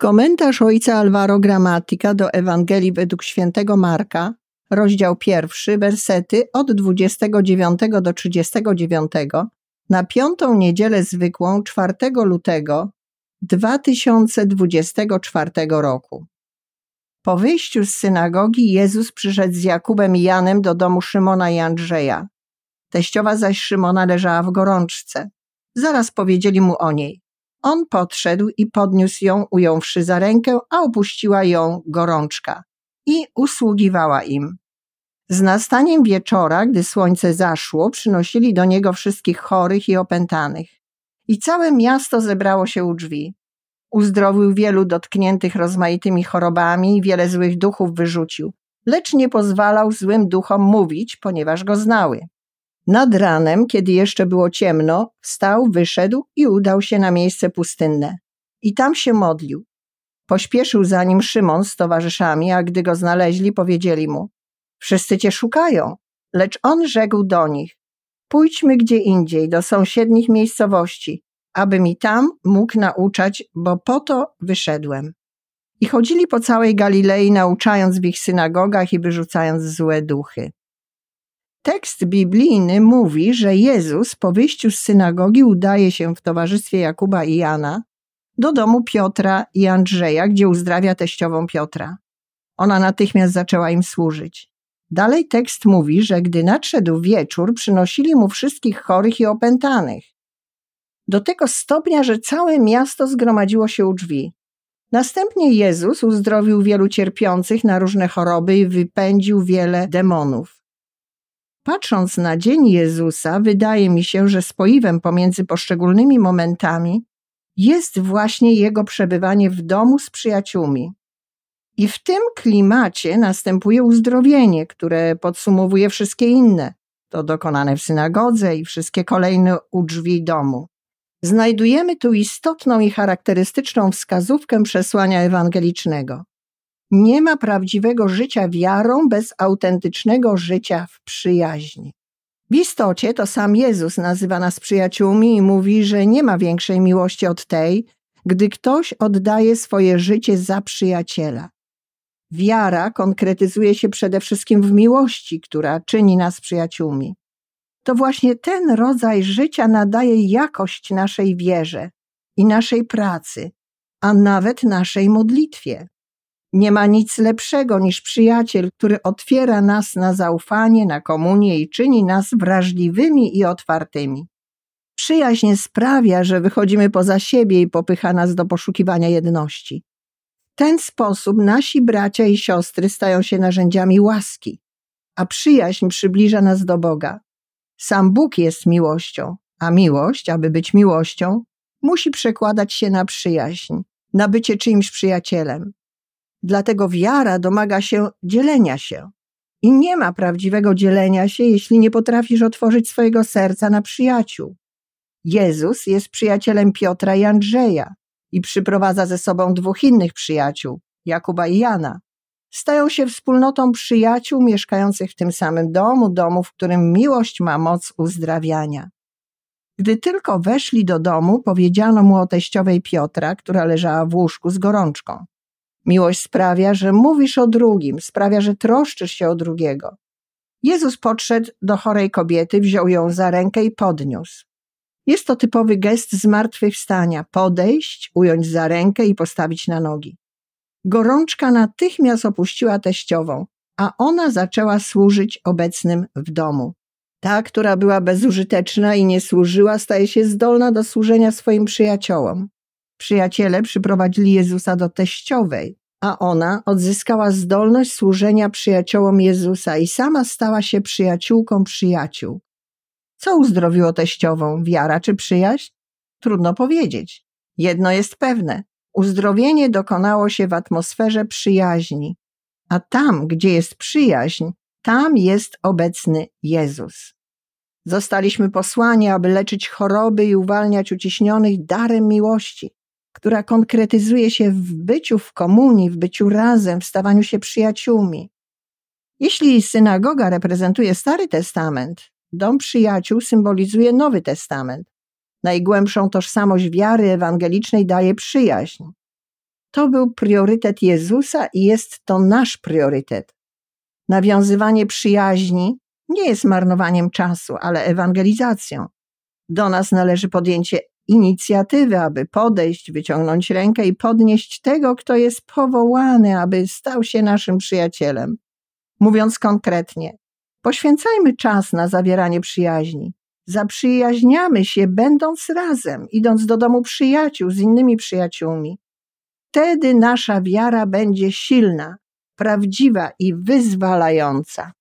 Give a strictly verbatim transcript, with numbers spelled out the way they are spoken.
Komentarz ojca Alvaro Gramatika do Ewangelii według świętego Marka, rozdział pierwszy, wersety od dwudziestego dziewiątego do trzydziestego dziewiątego, na piątą niedzielę zwykłą czwartego lutego dwa tysiące dwudziestego czwartego roku. Po wyjściu z synagogi Jezus przyszedł z Jakubem i Janem do domu Szymona i Andrzeja. Teściowa zaś Szymona leżała w gorączce. Zaraz powiedzieli mu o niej. On podszedł i podniósł ją, ująwszy za rękę, a opuściła ją gorączka i usługiwała im. Z nastaniem wieczora, gdy słońce zaszło, przynosili do niego wszystkich chorych i opętanych. I całe miasto zebrało się u drzwi. Uzdrowił wielu dotkniętych rozmaitymi chorobami i wiele złych duchów wyrzucił, lecz nie pozwalał złym duchom mówić, ponieważ go znały. Nad ranem, kiedy jeszcze było ciemno, wstał, wyszedł i udał się na miejsce pustynne. I tam się modlił. Pośpieszył za nim Szymon z towarzyszami, a gdy go znaleźli, powiedzieli mu: wszyscy cię szukają. Lecz on rzekł do nich: pójdźmy gdzie indziej, do sąsiednich miejscowości, abym i tam mógł nauczać, bo po to wyszedłem. I chodzili po całej Galilei, nauczając w ich synagogach i wyrzucając złe duchy. Tekst biblijny mówi, że Jezus po wyjściu z synagogi udaje się w towarzystwie Jakuba i Jana do domu Piotra i Andrzeja, gdzie uzdrawia teściową Piotra. Ona natychmiast zaczęła im służyć. Dalej tekst mówi, że gdy nadszedł wieczór, przynosili mu wszystkich chorych i opętanych. Do tego stopnia, że całe miasto zgromadziło się u drzwi. Następnie Jezus uzdrowił wielu cierpiących na różne choroby i wypędził wiele demonów. Patrząc na dzień Jezusa, wydaje mi się, że spoiwem pomiędzy poszczególnymi momentami jest właśnie Jego przebywanie w domu z przyjaciółmi. I w tym klimacie następuje uzdrowienie, które podsumowuje wszystkie inne, to dokonane w synagodze i wszystkie kolejne u drzwi domu. Znajdujemy tu istotną i charakterystyczną wskazówkę przesłania ewangelicznego. Nie ma prawdziwego życia wiarą bez autentycznego życia w przyjaźni. W istocie to sam Jezus nazywa nas przyjaciółmi i mówi, że nie ma większej miłości od tej, gdy ktoś oddaje swoje życie za przyjaciela. Wiara konkretyzuje się przede wszystkim w miłości, która czyni nas przyjaciółmi. To właśnie ten rodzaj życia nadaje jakość naszej wierze i naszej pracy, a nawet naszej modlitwie. Nie ma nic lepszego niż przyjaciel, który otwiera nas na zaufanie, na komunię i czyni nas wrażliwymi i otwartymi. Przyjaźń sprawia, że wychodzimy poza siebie i popycha nas do poszukiwania jedności. W ten sposób nasi bracia i siostry stają się narzędziami łaski, a przyjaźń przybliża nas do Boga. Sam Bóg jest miłością, a miłość, aby być miłością, musi przekładać się na przyjaźń, na bycie czyimś przyjacielem. Dlatego wiara domaga się dzielenia się. I nie ma prawdziwego dzielenia się, jeśli nie potrafisz otworzyć swojego serca na przyjaciół. Jezus jest przyjacielem Piotra i Andrzeja i przyprowadza ze sobą dwóch innych przyjaciół, Jakuba i Jana. Stają się wspólnotą przyjaciół mieszkających w tym samym domu, domu, w którym miłość ma moc uzdrawiania. Gdy tylko weszli do domu, powiedziano mu o teściowej Piotra, która leżała w łóżku z gorączką. Miłość sprawia, że mówisz o drugim, sprawia, że troszczysz się o drugiego. Jezus podszedł do chorej kobiety, wziął ją za rękę i podniósł. Jest to typowy gest zmartwychwstania, podejść, ująć za rękę i postawić na nogi. Gorączka natychmiast opuściła teściową, a ona zaczęła służyć obecnym w domu. Ta, która była bezużyteczna i nie służyła, staje się zdolna do służenia swoim przyjaciołom. Przyjaciele przyprowadzili Jezusa do teściowej, a ona odzyskała zdolność służenia przyjaciołom Jezusa i sama stała się przyjaciółką przyjaciół. Co uzdrowiło teściową, wiara czy przyjaźń? Trudno powiedzieć. Jedno jest pewne. Uzdrowienie dokonało się w atmosferze przyjaźni, a tam, gdzie jest przyjaźń, tam jest obecny Jezus. Zostaliśmy posłani, aby leczyć choroby i uwalniać uciśnionych darem miłości, która konkretyzuje się w byciu w komunii, w byciu razem, w stawaniu się przyjaciółmi. Jeśli synagoga reprezentuje Stary Testament, dom przyjaciół symbolizuje Nowy Testament. Najgłębszą tożsamość wiary ewangelicznej daje przyjaźń. To był priorytet Jezusa i jest to nasz priorytet. Nawiązywanie przyjaźni nie jest marnowaniem czasu, ale ewangelizacją. Do nas należy podjęcie inicjatywy, aby podejść, wyciągnąć rękę i podnieść tego, kto jest powołany, aby stał się naszym przyjacielem. Mówiąc konkretnie, poświęcajmy czas na zawieranie przyjaźni. Zaprzyjaźniamy się, będąc razem, idąc do domu przyjaciół z innymi przyjaciółmi. Wtedy nasza wiara będzie silna, prawdziwa i wyzwalająca.